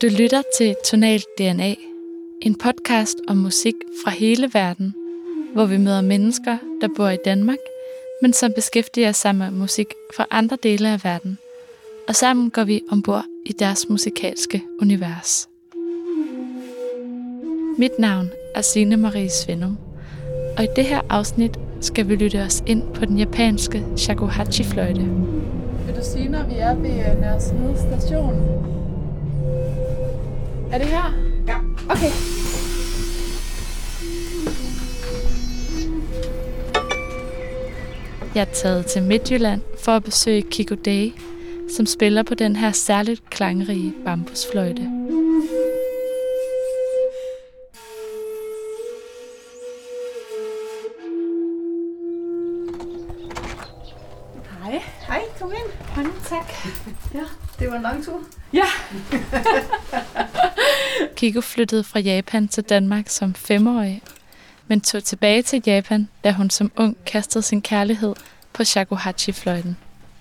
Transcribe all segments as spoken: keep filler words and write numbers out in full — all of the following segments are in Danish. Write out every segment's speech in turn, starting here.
Du lytter til Tonalt D N A, en podcast om musik fra hele verden, hvor vi møder mennesker, der bor i Danmark, men som beskæftiger sig med musik fra andre dele af verden. Og sammen går vi ombord i deres musikalske univers. Mit navn er Signe Marie Svendum, og i det her afsnit skal vi lytte os ind på den japanske shakuhachi-fløjte. Vil du sige, når vi er ved Nørre Snede station? Er det her? Ja. Okay. Jeg er taget til Midtjylland for at besøge Kiko Day, som spiller på den her særligt klangrige bambusfløjte. Hej. Hej, kom ind. Mange tak. Ja, det var en lang tur. Ja. Kiko flyttede fra Japan til Danmark som femårig, men tog tilbage til Japan, da hun som ung kastede sin kærlighed på shakuhachi-fløjten.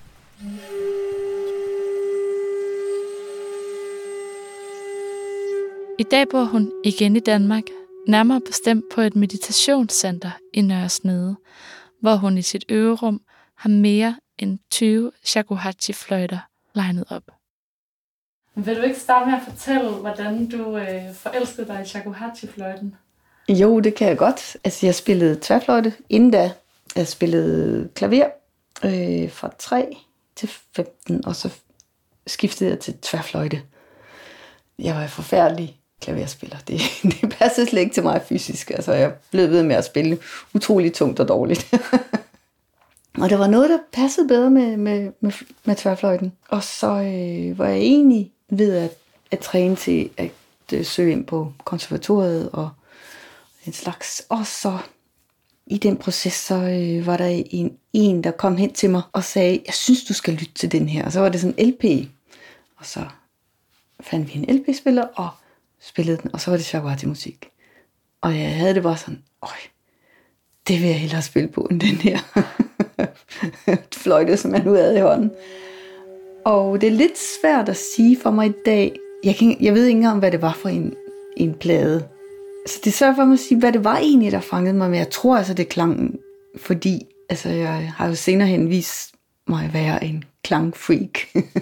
I dag bor hun igen i Danmark, nærmere bestemt på et meditationscenter i Nørre Snede, hvor hun i sit øverum har mere end tyve shakuhachi-fløjter legnet op. Vil du ikke starte med at fortælle, hvordan du øh, forelskede dig i shakuhachi-fløjten? Jo, det kan jeg godt. Altså, jeg spillede tværfløjte inden da. Jeg spillede klaver øh, fra tre til femten, og så skiftede jeg til tværfløjte. Jeg var en forfærdelig klaverspiller. Det, det passede slet ikke til mig fysisk. Altså, jeg blev ved med at spille utrolig tungt og dårligt. Og der var noget, der passede bedre med, med, med, med tværfløjten. Og så øh, var jeg egentlig ved at, at træne til at øh, søge ind på konservatoriet og en slags. Og så i den proces, så øh, var der en, en, der kom hen til mig og sagde, jeg synes, du skal lytte til den her. Og så var det sådan en L P. Og så fandt vi en L P-spiller og spillede den. Og så var det shakuhachi-musik. Og jeg havde det bare sådan, øj, det vil jeg hellere spille på end den her fløjte, som jeg nu havde i hånden. Og det er lidt svært at sige for mig i dag. Jeg, kan, jeg ved ikke engang, hvad det var for en, en plade. Så det er svært for mig at sige, hvad det var egentlig, der fangede mig. Men jeg tror altså, det er klangen. Fordi altså, jeg har jo senere hen vist mig at være en klangfreak.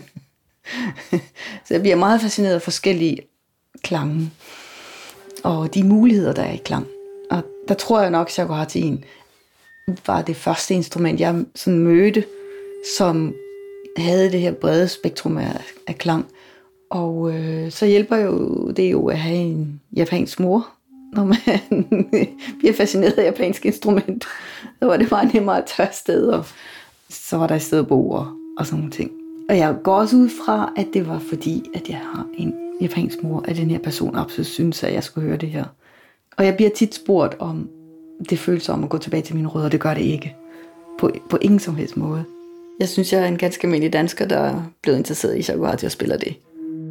Så jeg bliver meget fascineret af forskellige klange. Og de muligheder, der er i klang. Og der tror jeg nok, shakuhachi'en var det første instrument, jeg sådan mødte, som havde det her brede spektrum af, af klang. Og øh, så hjælper jo det jo at have en japansk mor, når man bliver fascineret af japansk instrument. Så var det meget nemmere at tørre sted, og så var der et sted at bo og, og sådan nogle ting. Og jeg går også ud fra, at det var fordi, at jeg har en japansk mor, at den her person absolut synes, at jeg skulle høre det her. Og jeg bliver tit spurgt om det føles om at gå tilbage til mine rødder. Det gør det ikke. På, på ingen som helst måde. Jeg synes, jeg er en ganske almindelig dansker, der er blevet interesseret i shakuhachi og spiller det.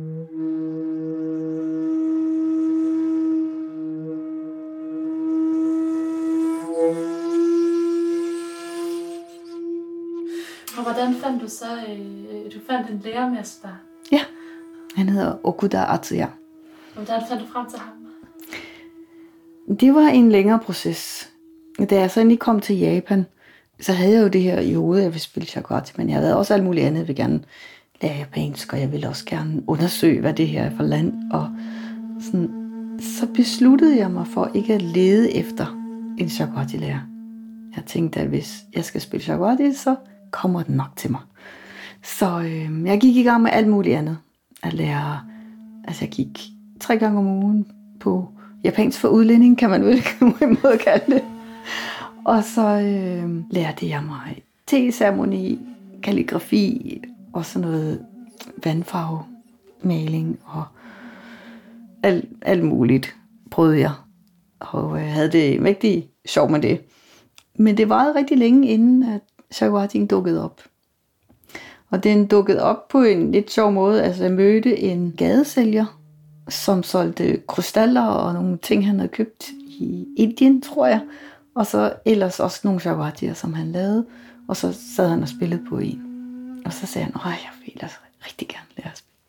Og hvordan fandt du så, øh, du fandt en lærermester? Ja, han hedder Okuda Atsuya. Og hvordan fandt du frem til ham? Det var en længere proces. Da jeg så endelig kom til Japan, så havde jeg jo det her i hovedet, jeg ville spille shakuhachi, men jeg havde også alt muligt andet. Jeg ville gerne lære japansk, og jeg ville også gerne undersøge, hvad det her er for land. Og sådan, så besluttede jeg mig for ikke at lede efter en shakuhachi-lærer. Jeg tænkte, at hvis jeg skal spille shakuhachi, så kommer den nok til mig. Så øh, jeg gik i gang med alt muligt andet. At lære, altså jeg gik tre gange om ugen på japansk for udlænding, kan man vel på en måde kalde det. Og så øh, lærte jeg mig te-ceremoni, kalligrafi og sådan noget vandfarvemaling og alt, alt muligt prøvede jeg. Og øh, havde det mægtig sjov med det. Men det varede rigtig længe, inden at shakuhachi'en dukkede op. Og den dukkede op på en lidt sjov måde. Altså jeg mødte en gadesælger, som solgte krystaller og nogle ting, han havde købt i Indien, tror jeg. Og så ellers også nogle shakuhachi'er, som han lavede. Og så sad han og spillede på en. Og så sagde han, at jeg vil altså rigtig gerne lære at spille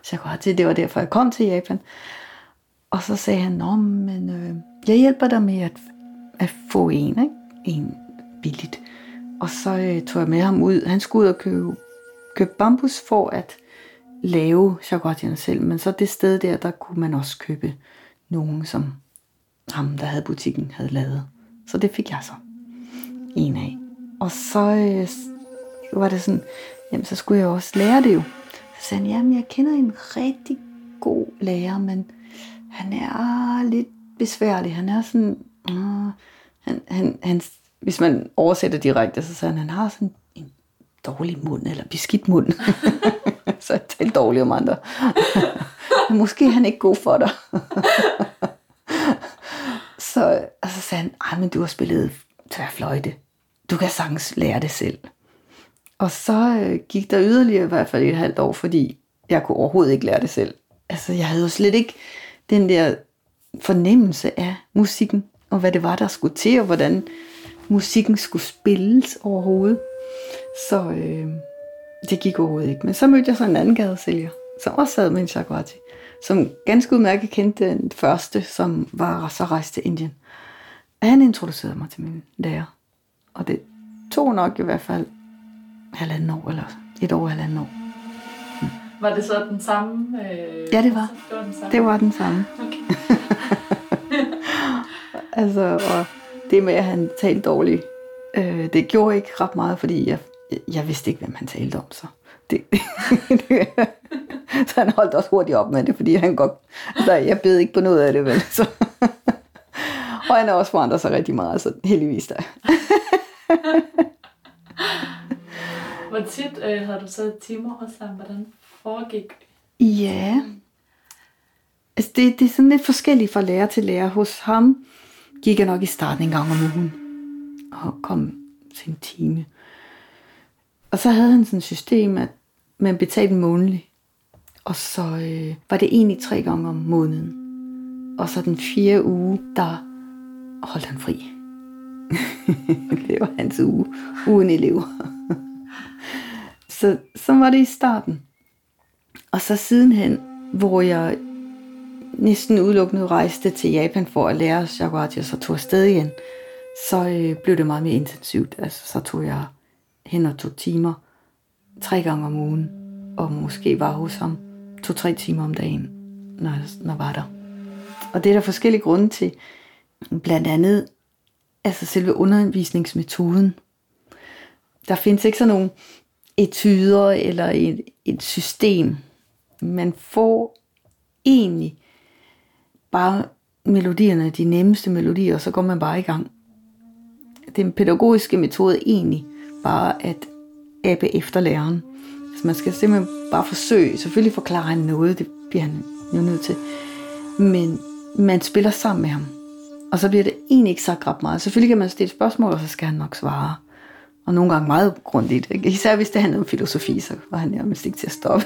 shakuhachi. Det var derfor, jeg kom til Japan. Og så sagde han, nå, men øh, jeg hjælper dig med at, at få en, ikke? En billigt. Og så øh, tog jeg med ham ud. Han skulle ud og købe, købe bambus for at lave shakuhachierne selv. Men så det sted der, der kunne man også købe nogen, som ham, der havde butikken, havde lavet. Så det fik jeg så en af. Og så øh, var det sådan, jamen så skulle jeg også lære det jo. Så sagde han, jamen jeg kender en rigtig god lærer, men han er lidt besværlig. Han er sådan, øh, han, han, han, hvis man oversætter direkte, så sagde han, han har sådan en dårlig mund, eller beskidt mund. Så jeg talte dårligt om andre. Men måske er han ikke god for dig. så, og så sagde han, ej, men du har spillet tværfløjte. Du kan sagtens lære det selv. Og så øh, gik der yderligere i hvert fald et halvt år, fordi jeg kunne overhovedet ikke lære det selv. Altså, jeg havde jo slet ikke den der fornemmelse af musikken, og hvad det var, der skulle til, og hvordan musikken skulle spilles overhovedet. Så øh, det gik overhovedet ikke. Men så mødte jeg så en anden gadesælger, som også sad med en shakuhachi, som ganske udmærket kendte den første, som var så rejst til Indien. Han introducerede mig til min lærer. Og det tog nok i hvert fald halvanden år, eller et år og halvanden år. Mm. Var det så den samme? Øh... Ja, det var. Det var den samme. Det var den samme. Okay. altså, og det med, at han talte dårligt, øh, det gjorde ikke ret meget, fordi jeg, jeg vidste ikke, hvem han talte om. Så, det, så han holdt også hurtigt op med det, fordi han godt, altså, jeg bed ikke på noget af det, vel. Så. Og han har også forandret sig rigtig meget, så heldigvis der. Hvor tit øh, havde du så timer hos ham? Hvordan foregik? Ja, altså det, det er sådan lidt forskelligt fra lærer til lærer. Hos ham gik jeg nok i starten en gang om ugen og kom til en time. Og så havde han sådan et system, at man betalte månedligt. Og så øh, var det egentlig tre gange om måneden. Og så den fjerde uge, der holdt han fri. Det var hans uge, uden elever. så, så var det i starten. Og så sidenhen, hvor jeg næsten udelukkende rejste til Japan for at lære shakuhachi, og så tog jeg afsted igen, så øh, blev det meget mere intensivt. Altså, så tog jeg hen og to timer, tre gange om ugen, og måske var hos ham to-tre timer om dagen, når jeg, når jeg var der. Og det er der forskellige grunde til. Blandt andet altså selve undervisningsmetoden. Der findes ikke sådan nogle etuder eller et, et system. Man får egentlig bare melodierne, de nemmeste melodier, og så går man bare i gang. Den pædagogiske metode er egentlig bare at abe efter læreren. Altså man skal simpelthen bare forsøge, selvfølgelig forklare han noget, det bliver han jo nødt til. Men man spiller sammen med ham. Og så bliver det egentlig ikke sagt ret meget. Selvfølgelig kan man stille spørgsmål, og så skal han nok svare. Og nogle gange meget grundigt. Ikke? Især hvis det handler om filosofi, så var han nærmest ikke til at stoppe.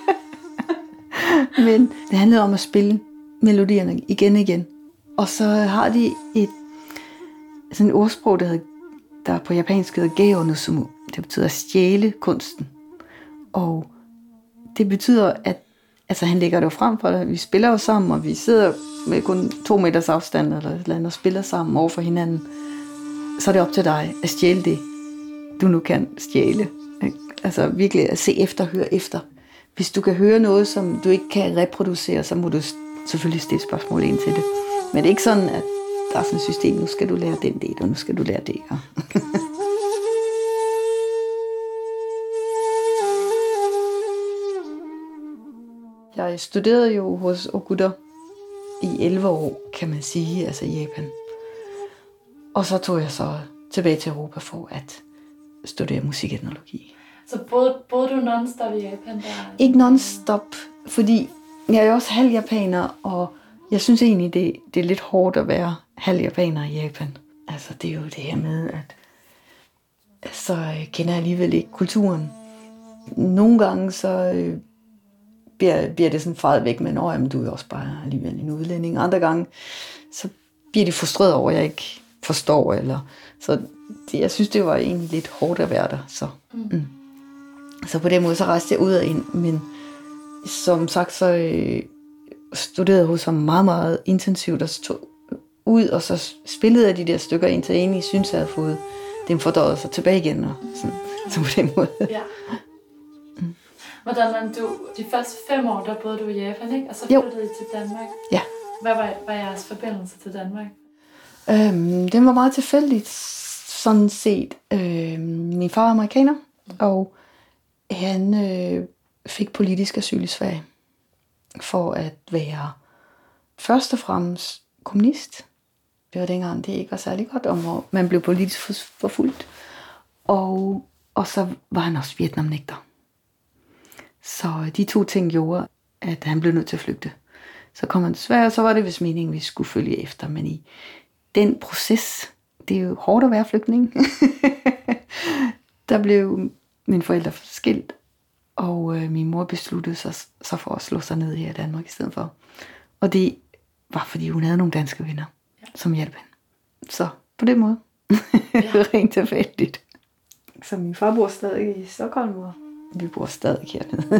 Men det handlede om at spille melodierne igen og igen. Og så har de et sådan et ordsprog, der, hedder, der på japansk hedder geo no sumu. Det betyder at stjæle kunsten. Og det betyder, at altså, han lægger det jo frem for dig. Vi spiller jo sammen, og vi sidder med kun to meters afstand eller et eller andet, og spiller sammen over for hinanden. Så er det op til dig at stjæle det, du nu kan stjæle. Ikke? Altså virkelig at se efter, høre efter. Hvis du kan høre noget, som du ikke kan reproducere, så må du selvfølgelig stille spørgsmål ind til det. Men det er ikke sådan, at der er sådan et system, nu skal du lære den del, og nu skal du lære det. Ja. Jeg studerede jo hos Okuda i elleve år, kan man sige, altså i Japan. Og så tog jeg så tilbage til Europa for at studere musiketnologi. Så boede, boede du non-stop i Japan? Der? Ikke non-stop, fordi jeg er jo også halv japaner, og jeg synes egentlig, det, det er lidt hårdt at være halv japaner i Japan. Altså det er jo det her med, at så kender jeg alligevel ikke kulturen. Nogle gange så bliver, bliver det sådan faret væk med, at du er også bare alligevel en udlænding. Andre gange så bliver de frustreret over, at jeg ikke forstår. Eller, så det, jeg synes, det var egentlig lidt hårdt at være der. Så, mm. Mm. så på den måde så rejste jeg ud og ind. Men som sagt, så øh, studerede jeg hos ham meget, meget intensivt, og så tog ud, og så spillede jeg de der stykker indtil jeg egentlig synes, jeg havde fået dem fordøjet sig tilbage igen, og sådan, så på den måde. Ja. Mm. Hvordan var du, de første fem år, der boede du i Japan, ikke? Og så Jo. flyttede I til Danmark. Ja. Hvad var, var jeres forbindelse til Danmark? Øhm, det var meget tilfældigt, sådan set. Øhm, min far er amerikaner, og han øh, fik politisk asyl i Sverige for at være først og fremmest kommunist. Det var dengang, det ikke var særlig godt om, og man blev politisk forfulgt. Og, og så var han også vietnamnægter. Så de to ting gjorde, at han blev nødt til at flygte. Så kom han til Sverige, og så var det vist meningen, vi skulle følge efter. Men i den proces, det er jo hårdt at være flygtning, der blev mine forældre skilt, og øh, min mor besluttede sig så for at slå sig ned her i Danmark i stedet for. Og det var, fordi hun havde nogle danske venner, ja, som hjalp hende. Så på den måde. Ja. Rent tilfældigt. Så min far bor stadig i Stockholm, og vi bor stadig hernede.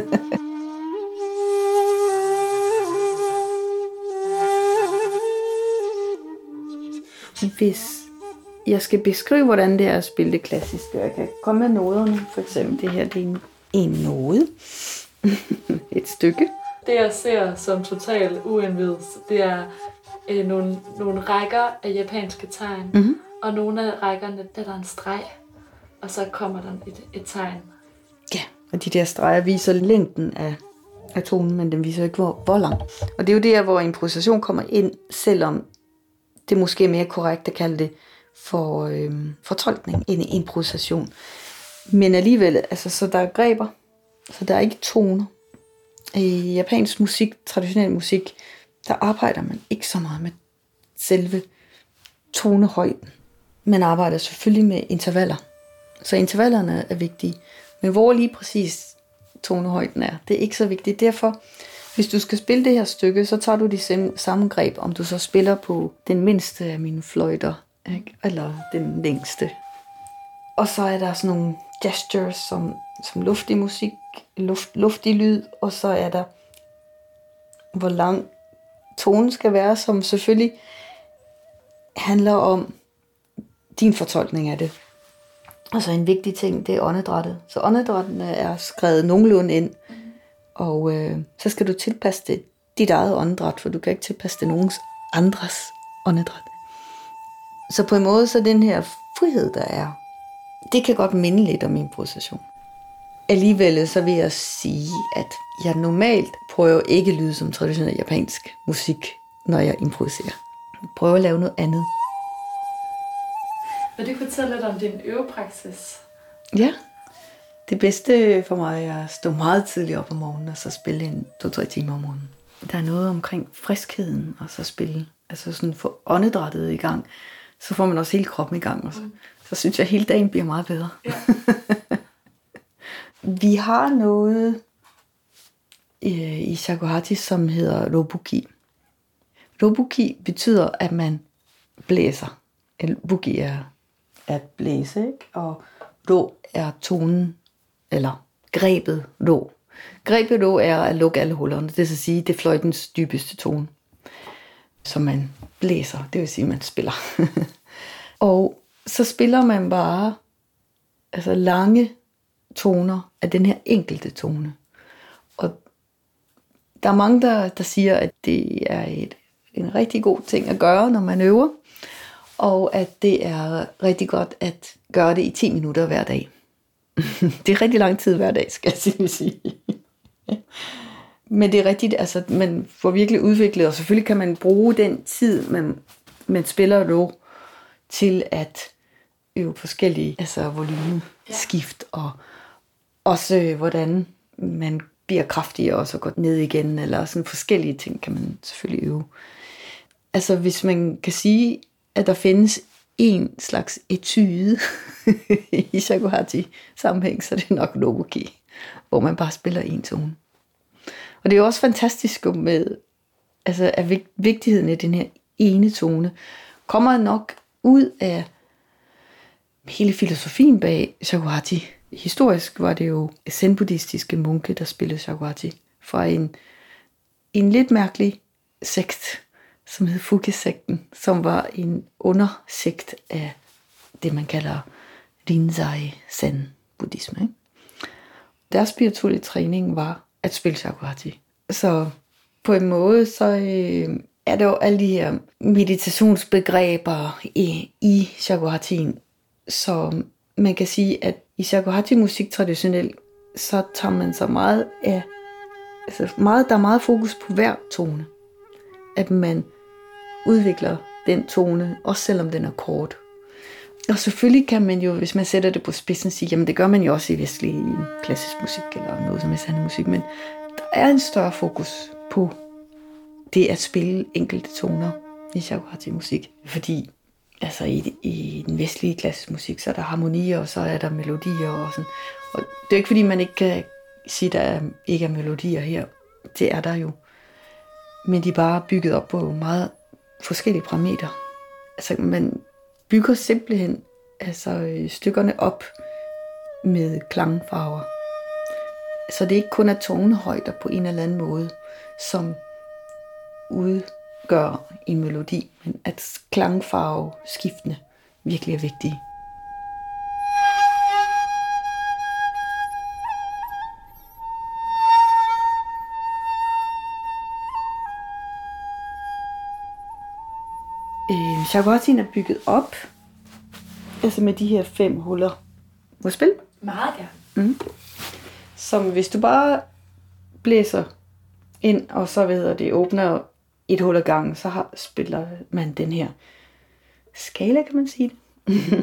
Hvis jeg skal beskrive, hvordan det er at spille det klassiske, jeg kan komme med noderne. For eksempel det her, det er en, en node. Et stykke. Det jeg ser som totalt uindvidet, det er øh, nogle, nogle rækker af japanske tegn. Mm-hmm. Og nogle af rækkerne, der er der en streg, og så kommer der et, et tegn. Ja, og de der streger viser længden af, af tonen, men den viser ikke, hvor, hvor lang. Og det er jo der, hvor improvisation kommer ind, selvom det måske er mere korrekt at kalde det for øhm, fortolkning end improvisation. Men alligevel, altså, så der er greber, så der er ikke toner. I japansk musik, traditionel musik, der arbejder man ikke så meget med selve tonehøjden. Man arbejder selvfølgelig med intervaller. Så intervallerne er vigtige. Men hvor lige præcis tonehøjden er, det er ikke så vigtigt. Derfor, hvis du skal spille det her stykke, så tager du de samme greb, om du så spiller på den mindste af mine fløjter, ikke? Eller den længste. Og så er der sådan nogle gestures, som, som luftig musik, luft, luftig lyd, og så er der, hvor lang tonen skal være, som selvfølgelig handler om din fortolkning af det. Og så en vigtig ting, det er åndedrættet. Så åndedrættene er skrevet nogenlunde ind, og øh, så skal du tilpasse det dit eget åndedræt, for du kan ikke tilpasse det nogens andres åndedræt. Så på en måde, så den her frihed, der er, det kan godt minde lidt om improvisation. Alligevel så vil jeg sige, at jeg normalt prøver ikke at lyde som traditionel japansk musik, når jeg improviserer. Jeg prøver at lave noget andet. Vil du fortælle lidt om din øvepraksis? Ja, det bedste for mig er at stå meget tidligt op om morgenen, og så spille en to-tre timer om morgenen. Der er noget omkring friskheden, og så spille, altså sådan få åndedrættet i gang. Så får man også hele kroppen i gang, og så, mm. så synes jeg, at hele dagen bliver meget bedre. Ja. Vi har noget i, i shakuhachi, som hedder robuki. Robuki betyder, at man blæser. Buki er at blæse, ikke? Og ro er tonen, eller grebet ro. Grebet ro er at lukke alle hullerne, det vil sige, det er fløjtens dybeste tone, som man blæser, det vil sige, man spiller. Og så spiller man bare altså lange toner af den her enkelte tone. Og der er mange, der, der siger, at det er et, en rigtig god ting at gøre, når man øver, og at det er rigtig godt at gøre det i ti minutter hver dag. Det er rigtig lang tid hver dag, skal jeg sige. Men det er rigtigt, altså man får virkelig udviklet, og selvfølgelig kan man bruge den tid, man, man spiller ro, til at øve forskellige altså volumeskift, og også øh, hvordan man bliver kraftigere og så går ned igen, eller sådan forskellige ting kan man selvfølgelig øve. Altså hvis man kan sige, at der findes en slags etude i shakuhachi sammenhæng, så det er nok robuki, hvor man bare spiller en tone. Og det er jo også fantastisk med, altså at vigtigheden af den her ene tone kommer nok ud af hele filosofien bag shakuhachi. Historisk var det jo zen-buddhistiske munke, der spillede shakuhachi, fra en, en lidt mærkelig sekt, som hed Fuki-sekten, som var en undersekt af det, man kalder Rinzai Zen buddhisme. Ikke? Deres spirituelle træning var at spille shakuhachi. Så på en måde, så øh, er der jo alle de her meditationsbegreber i, i shakuhachien. Så man kan sige, at i shakuhachi-musik traditionelt, så tager man så meget af, altså meget, der er meget fokus på hver tone. At man udvikler den tone, også selvom den er kort. Og selvfølgelig kan man jo, hvis man sætter det på spidsen, sige, jamen det gør man jo også i vestlig i klassisk musik, eller noget som er sande musik, men der er en større fokus på det at spille enkelte toner i shakuhachi-musik. Fordi altså i, i den vestlige klassisk musik, så er der harmonier, og så er der melodier og sådan. Og det er jo ikke fordi, man ikke kan sige, at der ikke er melodier her. Det er der jo. Men de er bare bygget op på meget forskellige parametre. Altså man bygger simpelthen altså, stykkerne op med klangfarver. Så det ikke kun er tonehøjder på en eller anden måde, som udgør en melodi, men at klangfarve skiftende virkelig er vigtige. Øh, shakuhachien er bygget op altså med de her fem huller. Må jeg spille? Meget gerne. Mm. Som hvis du bare blæser ind, og så ved det åbner et hul ad gangen, så har, spiller man den her skala, kan man sige det.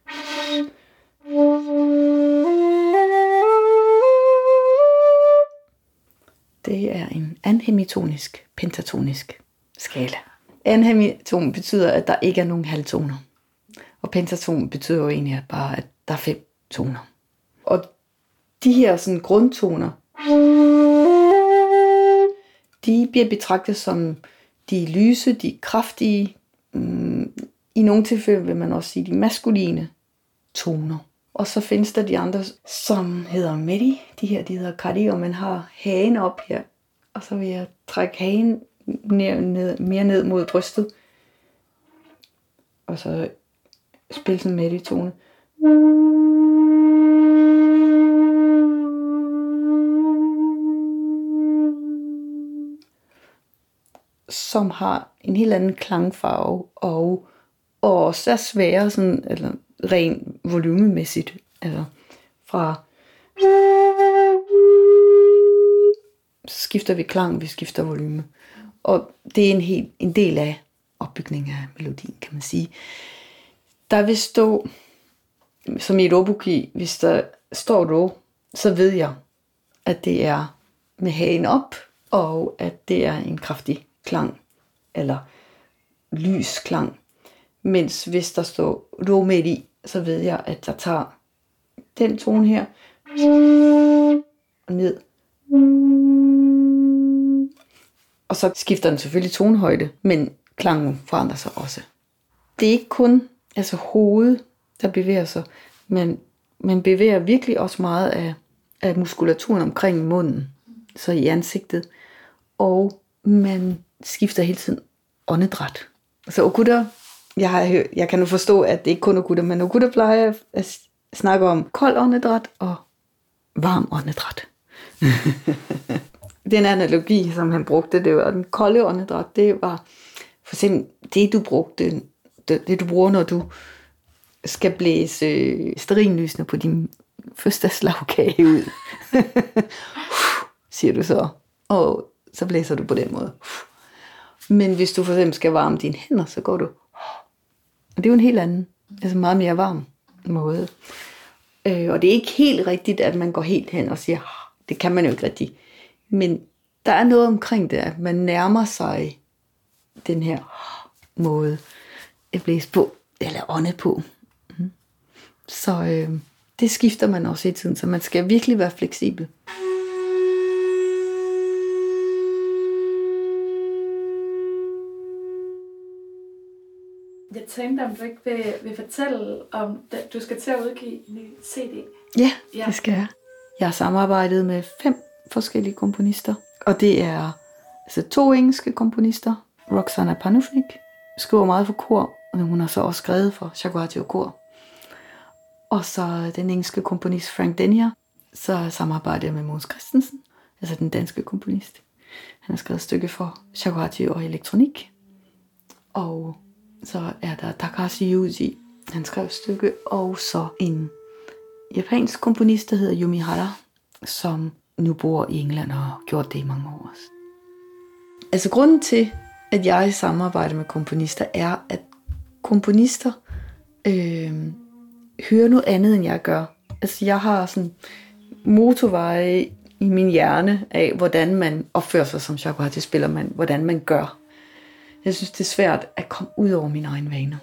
Det er en anhemitonisk, pentatonisk skala. Anhemiton betyder, at der ikke er nogen halvtoner. Og pentaton betyder jo egentlig bare, at der er fem toner. Og de her sådan, grundtoner, de bliver betragtet som de lyse, de kraftige. I nogle tilfælde vil man også sige de maskuline toner. Og så findes der de andre, som hedder medi. De her, de hedder kari, og man har hagen op her. Og så vil jeg trække hagen ned, ned, mere ned mod brystet. Og så spille sådan en medi-tone. Som har en helt anden klangfarve, og, og også er svære sådan, eller ren volumemæssigt. Altså fra så skifter vi klang, vi skifter volume. Og det er en, helt, en del af opbygningen af melodien, kan man sige. Der vil stå, som i et obuki, hvis der står ro, så ved jeg, at det er med hagen op, og at det er en kraftig klang, eller lys klang. Mens hvis der står ro med i, så ved jeg, at jeg tager den tone her, og ned. Og så skifter den selvfølgelig tonehøjde, men klangen forandrer sig også. Det er ikke kun altså hovedet, der bevæger sig, men man bevæger virkelig også meget af, af muskulaturen omkring munden, så i ansigtet. Og man skifter hele tiden åndedræt. Så okutter, jeg, har, jeg kan nu forstå, at det ikke kun er okutter, men okutter plejer at snakke om kold åndedræt og varm åndedræt. Den analogi, som han brugte, det var den kolde åndedræt, det var for eksempel det, du brugte, det, det du bruger, når du skal blæse stearinlysene på din fødselsdagslagkage ud. Siger du så. Og så blæser du på den måde. Men hvis du for eksempel skal varme dine hænder, så går du. Og det er jo en helt anden, altså meget mere varm måde. Og det er ikke helt rigtigt, at man går helt hen og siger, det kan man jo ikke rigtigt. Men der er noget omkring det, at man nærmer sig den her måde at blæse på, eller ånde på. Så øh, det skifter man også i tiden, så man skal virkelig være fleksibel. Jeg tænkte, om du ikke vil, vil fortælle om, at du skal til at udgive en ny C D. Ja, ja, det skal jeg. Jeg har samarbejdet med fem forskellige komponister, Og det er altså, to engelske komponister. Roxana Panufnik skriver meget for kor, og hun har så også skrevet for Shakuhachi Kor. Og så den engelske komponist Frank Denyer, så samarbejder jeg med Mogens Christensen, altså den danske komponist. Han har skrevet et stykke for Shakuhachi og elektronik. Og så er der Takashi Yuji, han skrev et stykke, og så en japansk komponist, der hedder Yumi Hara, som nu bor i England og har gjort det i mange år også. Altså grunden til, at jeg samarbejder med komponister, er, at komponister øh, hører noget andet, end jeg gør. Altså jeg har sådan motorveje i min hjerne af, hvordan man opfører sig som shakuhachi-spiller, man, hvordan man gør. Jeg synes, det er svært at komme ud over mine egne vaner.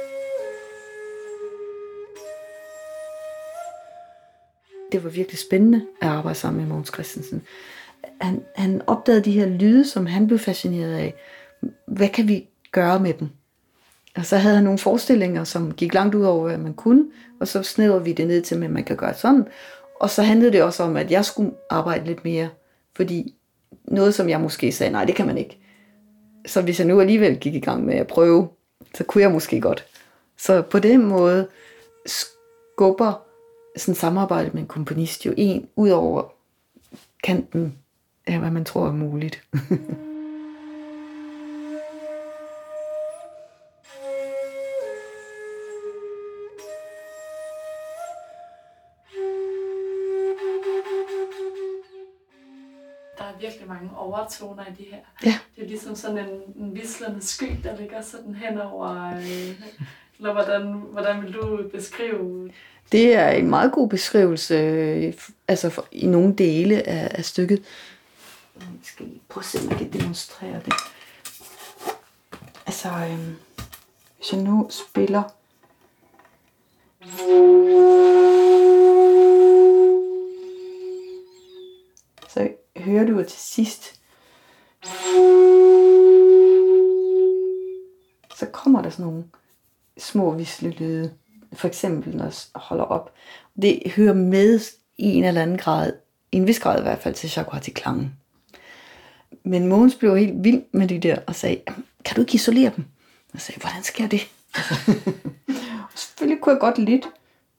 Det var virkelig spændende at arbejde sammen med Mogens Christensen. Han, han opdagede de her lyde, som han blev fascineret af. Hvad kan vi gøre med dem? Og så havde han nogle forestillinger, som gik langt ud over, hvad man kunne, og så snæver vi det ned til, at man kan gøre sådan. Og så handlede det også om, at jeg skulle arbejde lidt mere, fordi noget, som jeg måske sagde, nej, det kan man ikke. Så hvis jeg nu alligevel gik i gang med at prøve, så kunne jeg måske godt. Så på den måde skubber sådan et samarbejde med en komponist jo en ud over kanten af, hvad man tror er muligt. Der er virkelig mange overtoner i de her. Ja. Det er ligesom sådan en, en vislende sky, der ligger sådan hen over... Øh, eller hvordan, hvordan vil du beskrive? Det er en meget god beskrivelse, altså for, i nogle dele af, af stykket. Jeg skal lige prøve at se, om jeg kan demonstrere det. Altså, øhm, hvis jeg nu spiller... Så hører du til sidst. Så kommer der sådan nogle små vislelyde. For eksempel, når jeg holder op. Det hører med i en eller anden grad, i en vis grad i hvert fald, til shakuhachi-klangen. Men Mogens blev helt vild med de der, og sagde, kan du ikke isolere dem? Og jeg sagde, hvordan skal jeg det? Og selvfølgelig kunne jeg godt lidt.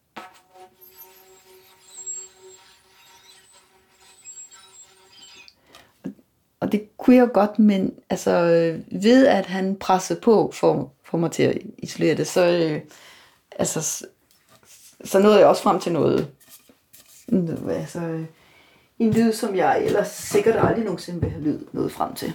Og det kunne jeg godt, men altså, ved at han pressede på for, for mig til at isolere det, så... Øh, Altså, så nåede jeg også frem til noget, altså, en lyd, som jeg ellers sikkert aldrig nogensinde vil have lyd nået frem til.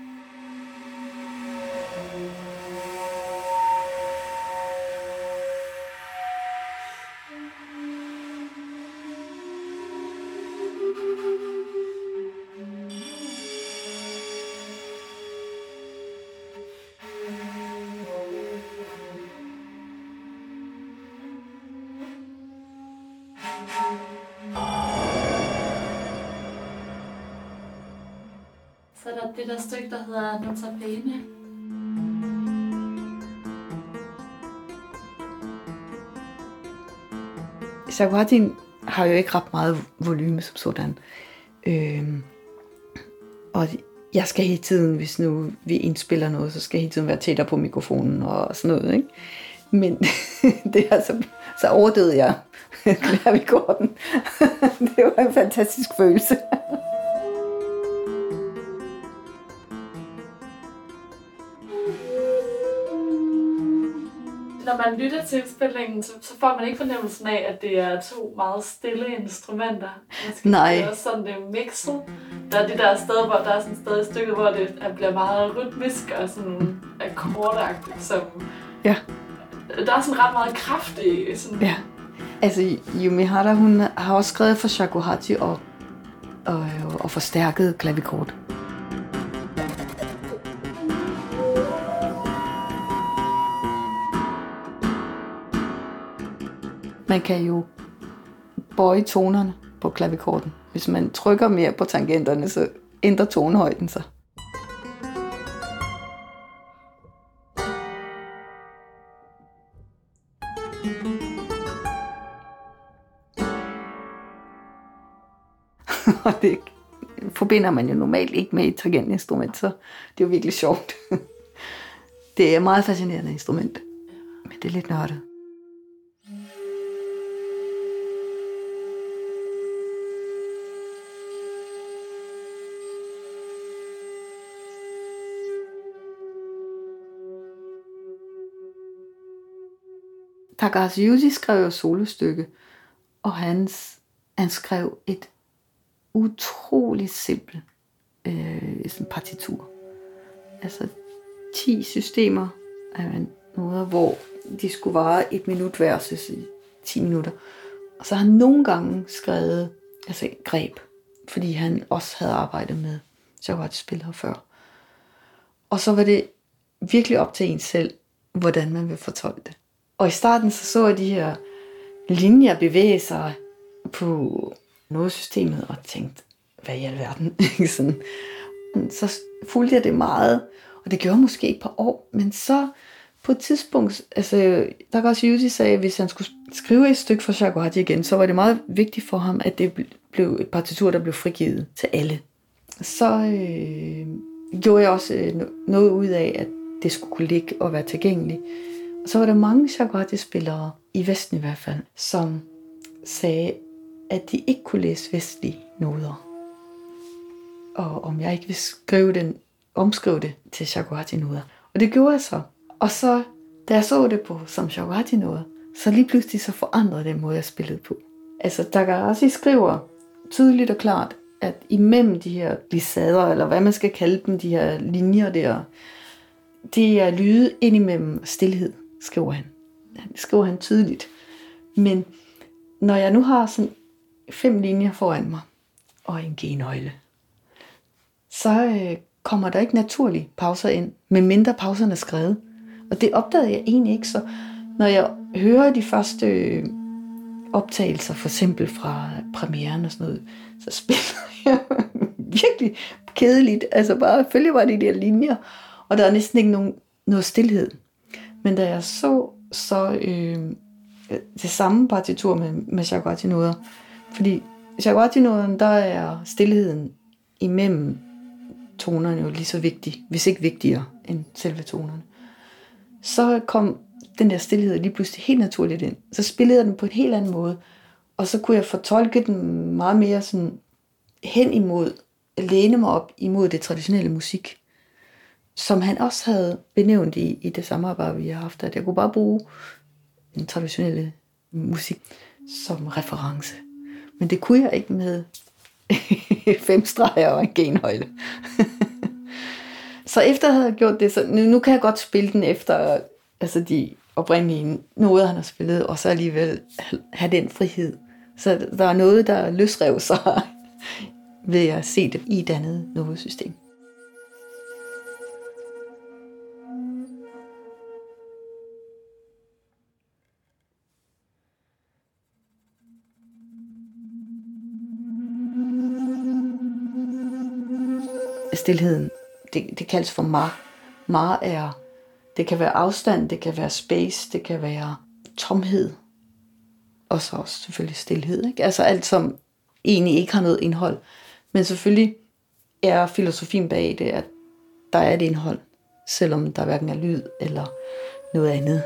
Så er der det der stykke, der hedder Nota Bene. Shakuhachi har jo ikke ret meget volume som sådan. Øhm, og jeg skal hele tiden, hvis nu vi indspiller noget, så skal jeg hele tiden være tættere på mikrofonen og sådan noget, ikke? Men det er så, så overdøde jeg klavikorden. Det var en fantastisk følelse. Når man lytter til indspillingen, så, så får man ikke fornemmelsen af, at det er to meget stille instrumenter. Måske Nej. Det er også sådan, det er mixet. Der er de der steder, hvor der er sådan et sted i stykket, hvor det bliver meget rytmisk og sådan akkordagtigt. Som, ja. Der er sådan ret meget kraft i. Sådan. Ja. Altså, Yumi Hara, hun har også skrevet for shakuhachi og, og, og forstærket klavikord. Man kan jo bøje tonerne på klavikorden. Hvis man trykker mere på tangenterne, så ændrer tonehøjden sig. Og det, forbinder man jo normalt ikke med et tangentinstrument, så det er jo virkelig sjovt. Det er et meget fascinerende instrument, men det er lidt nørdet. Takahashi Yuji skrev jo solostykke, og hans, han skrev et utroligt simpelt øh, sådan partitur. Altså ti systemer af noder, hvor de skulle vare et minut versus ti minutter. Og så har han nogle gange skrevet altså greb, fordi han også havde arbejdet med shakuhachi-spillere før. Og så var det virkelig op til en selv, hvordan man vil fortolke det. Og i starten så så jeg de her linjer bevæge sig på nodesystemet og tænkte, hvad i alverden? Sådan. Så fulgte jeg det meget, og det gjorde måske et par år, men så på et tidspunkt, altså Takahashi Yuji sagde, at hvis han skulle skrive et stykke for shakuhachi igen, så var det meget vigtigt for ham, at det blev et partitur, der blev frigivet til alle. Så øh, gjorde jeg også øh, noget ud af, at det skulle kunne ligge og være tilgængeligt. Og så var der mange shakuhachi-spillere, i Vesten i hvert fald, som sagde, at de ikke kunne læse vestlige noder. Og om jeg ikke ville skrive den, omskrive det til shakuhachi-noder. Og det gjorde jeg så. Og så, da jeg så det på som shakuhachi-noder, så lige pludselig så forandrede den måde, jeg spillede på. Altså Takahashi skriver tydeligt og klart, at imellem de her glissader, eller hvad man skal kalde dem, de her linjer der, det er lyde indimellem stillhed, skriver han. Det skriver han tydeligt. Men når jeg nu har sådan fem linjer foran mig, og en G-nøgle, så øh, kommer der ikke naturlige pauser ind, medmindre pauserne er skrevet. Og det opdagede jeg egentlig ikke, så når jeg hører de første øh, optagelser, for eksempel fra premieren og sådan noget, så spiller jeg virkelig kedeligt. Altså bare følge bare de der linjer, og der er næsten ikke nogen, noget stillhed. Men da jeg så, så øh, det samme partitur med, med shakuhachi-noder, fordi shakuhachi-noderne, der er stillheden imellem tonerne jo lige så vigtig, hvis ikke vigtigere end selve tonerne. Så kom den der stillhed lige pludselig helt naturligt ind. Så spillede jeg den på en helt anden måde, og så kunne jeg fortolke den meget mere sådan hen imod, læne mig op imod det traditionelle musik, som han også havde benævnt i, i det samarbejde, vi har haft, at jeg kunne bare bruge den traditionelle musik som reference. Men det kunne jeg ikke med fem streger og en G-nøgle. Så efter jeg havde gjort det, så nu, nu kan jeg godt spille den efter altså de oprindelige noder, han har spillet, og så alligevel have den frihed. Så der er noget, der løsrev sig ved at se det i et andet nodesystem. Stilheden, det, det kaldes for mar. Mar er, det kan være afstand, det kan være space, det kan være tomhed, og så også selvfølgelig stilhed. Ikke? Altså alt, som egentlig ikke har noget indhold. Men selvfølgelig er filosofien bag det, at der er et indhold, selvom der hverken er lyd eller noget andet.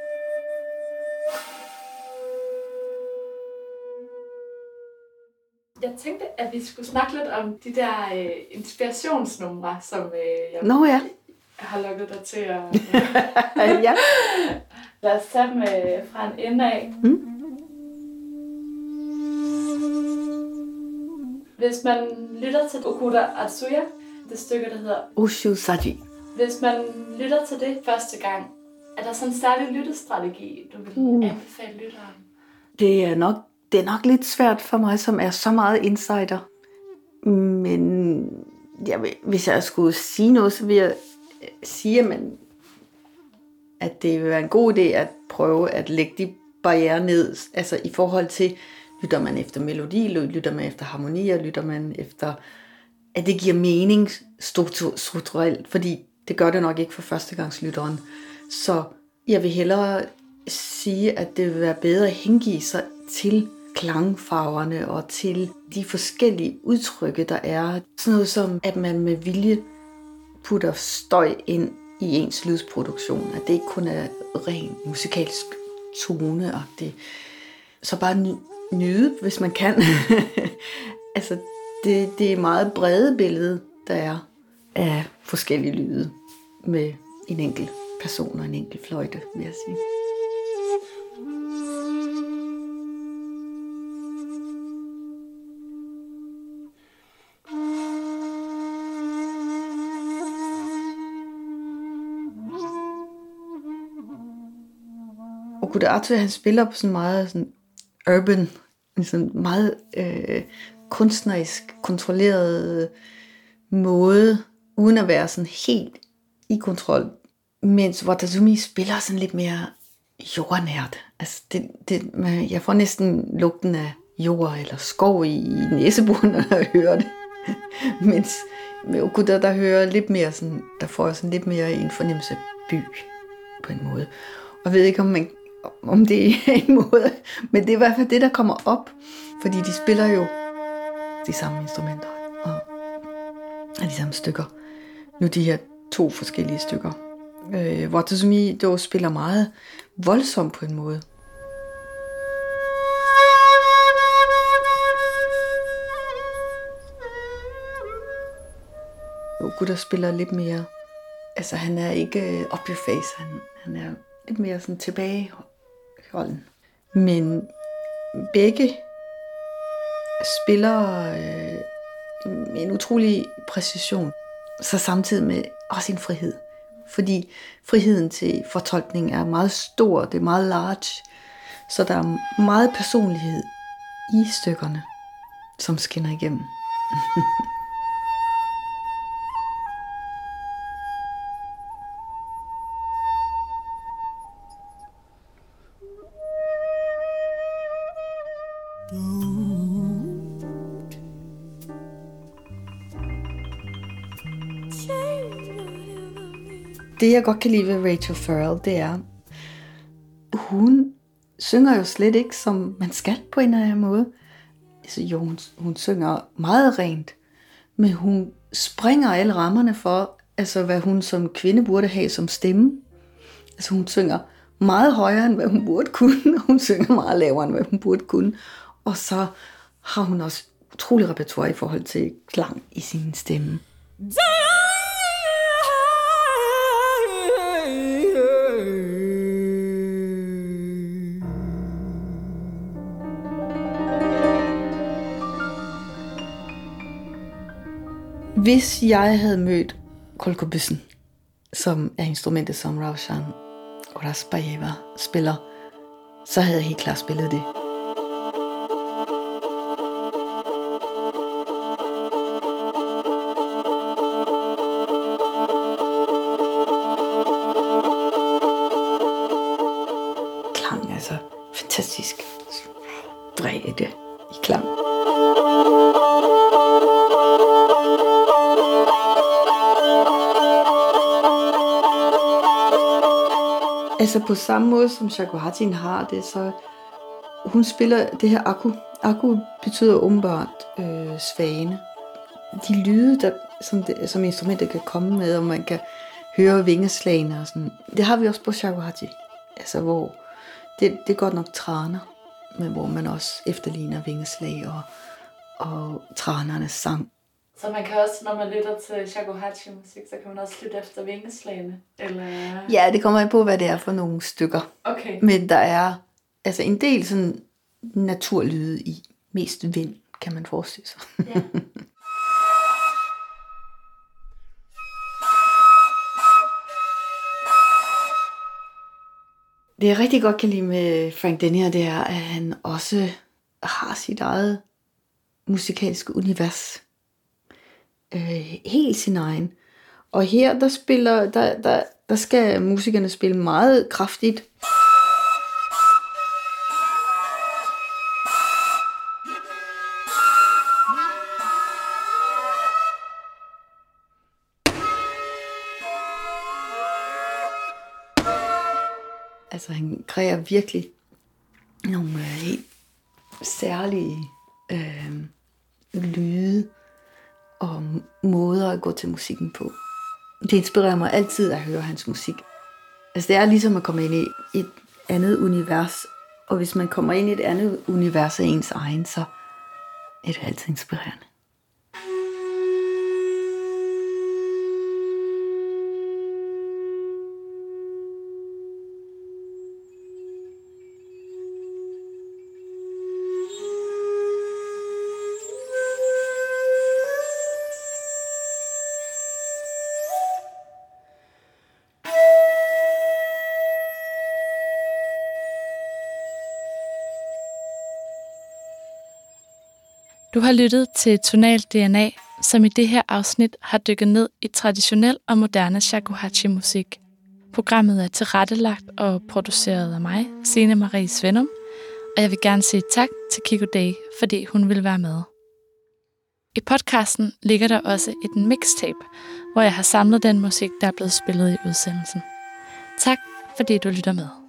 Jeg tænkte, at vi skulle snakke lidt om de der øh, inspirationsnumre, som øh, jeg Nå, ja. har lukket dig til at... ja. Lad os tage dem øh, fra en ende af. Mm. Hvis man lytter til Okuda Atsuya, det stykke, der hedder Oshu Saji. Hvis man lytter til det første gang, er der sådan en særlig lyttestrategi, du vil uh. anbefale lytteren? Det er nok Det er nok lidt svært for mig, som er så meget insider. Men jeg, hvis jeg skulle sige noget, så vil jeg sige, at, man, at det vil være en god idé at prøve at lægge de barrierer ned. Altså i forhold til, lytter man efter melodi, lytter man efter harmonier, lytter man efter, at det giver mening strukturelt. Fordi det gør det nok ikke for førstegangslytteren. Så jeg vil hellere sige, at det vil være bedre at hengive sig til klangfarverne og til de forskellige udtrykke, der er. Sådan noget som, at man med vilje putter støj ind i ens lydsproduktion. At det ikke kun er ren musikalsk toneagtigt. Så bare ny- nyde, hvis man kan. Altså, det, det er meget brede billede, der er af forskellige lyde med en enkelt person og en enkelt fløjte, vil jeg sige. Okuda Atu, han spiller på sådan meget sådan urban, sådan meget øh, kunstnerisk kontrolleret måde, uden at være sådan helt i kontrol. Mens Watazumi spiller sådan lidt mere jordnært. Altså det, det, jeg får næsten lugten af jord eller skov i, i næsebunden, når jeg hører det. Mens med Okuda, der hører lidt mere sådan, der får jeg sådan lidt mere en fornemmelse af by på en måde. Og jeg ved ikke, om man om det er en måde, men det er i hvert fald det, der kommer op, fordi de spiller jo de samme instrumenter og, og de samme stykker. Nu de her to forskellige stykker. Øh, Watazumi dog spiller meget voldsomt på en måde. Okuda spiller lidt mere, altså han er ikke up your face, han, han er lidt mere sådan tilbage. Holden. Men begge spiller øh, med en utrolig præcision, så samtidig med også en frihed. Fordi friheden til fortolkning er meget stor, det er meget large, så der er meget personlighed i stykkerne, som skinner igennem. Det, jeg godt kan lide ved Rachel Farrell, det er, hun synger jo slet ikke, som man skal på en eller anden måde. Altså, jo, hun, hun synger meget rent, men hun springer alle rammerne for, altså, hvad hun som kvinde burde have som stemme. Altså, hun synger meget højere, end hvad hun burde kunne, og hun synger meget lavere, end hvad hun burde kunne. Og så har hun også utrolig repertoire i forhold til klang i sin stemme. Hvis jeg havde mødt kolkobyssen, som er instrumentet, som Raushan Orazbaeva spiller, så havde jeg helt klart spillet det. Klang, altså fantastisk bredde i klang. Altså på samme måde som Shakuhachi har det, så hun spiller det her aku. Aku betyder åbenbart øh, svane. De lyde, der, som, det, som instrumentet kan komme med, og man kan høre vingeslagene og sådan. Det har vi også på Shakuhachi. Altså hvor det, det er godt nok traner, men hvor man også efterligner vingeslag og, og tranernes sang. Så man kan også, når man lytter til shakuhachi-musik, så kan man også lytte efter vingeslagene? Eller? Ja, det kommer an på, hvad det er for nogle stykker. Okay. Men der er altså en del sådan naturlyde i. Mest vind, kan man forestille sig. Ja. Det jeg rigtig godt kan lide med Frank Denyer, det er, at han også har sit eget musikalske univers. Øh, helt sin egen. Og her, der spiller, der, der, der skal musikerne spille meget kraftigt. Altså, han kræver virkelig nogle øh, helt særlige øh, lyde og måder at gå til musikken på. Det inspirerer mig altid at høre hans musik. Altså det er ligesom at komme ind i et andet univers, og hvis man kommer ind i et andet univers af ens egen, så er det altid inspirerende. Du har lyttet til Tonal D N A, som i det her afsnit har dykket ned i traditionel og moderne shakuhachi-musik. Programmet er tilrettelagt og produceret af mig, Signe Marie Svendum, og jeg vil gerne sige tak til Kiko Day, fordi hun vil være med. I podcasten ligger der også et mixtape, hvor jeg har samlet den musik, der er blevet spillet i udsendelsen. Tak, fordi du lytter med.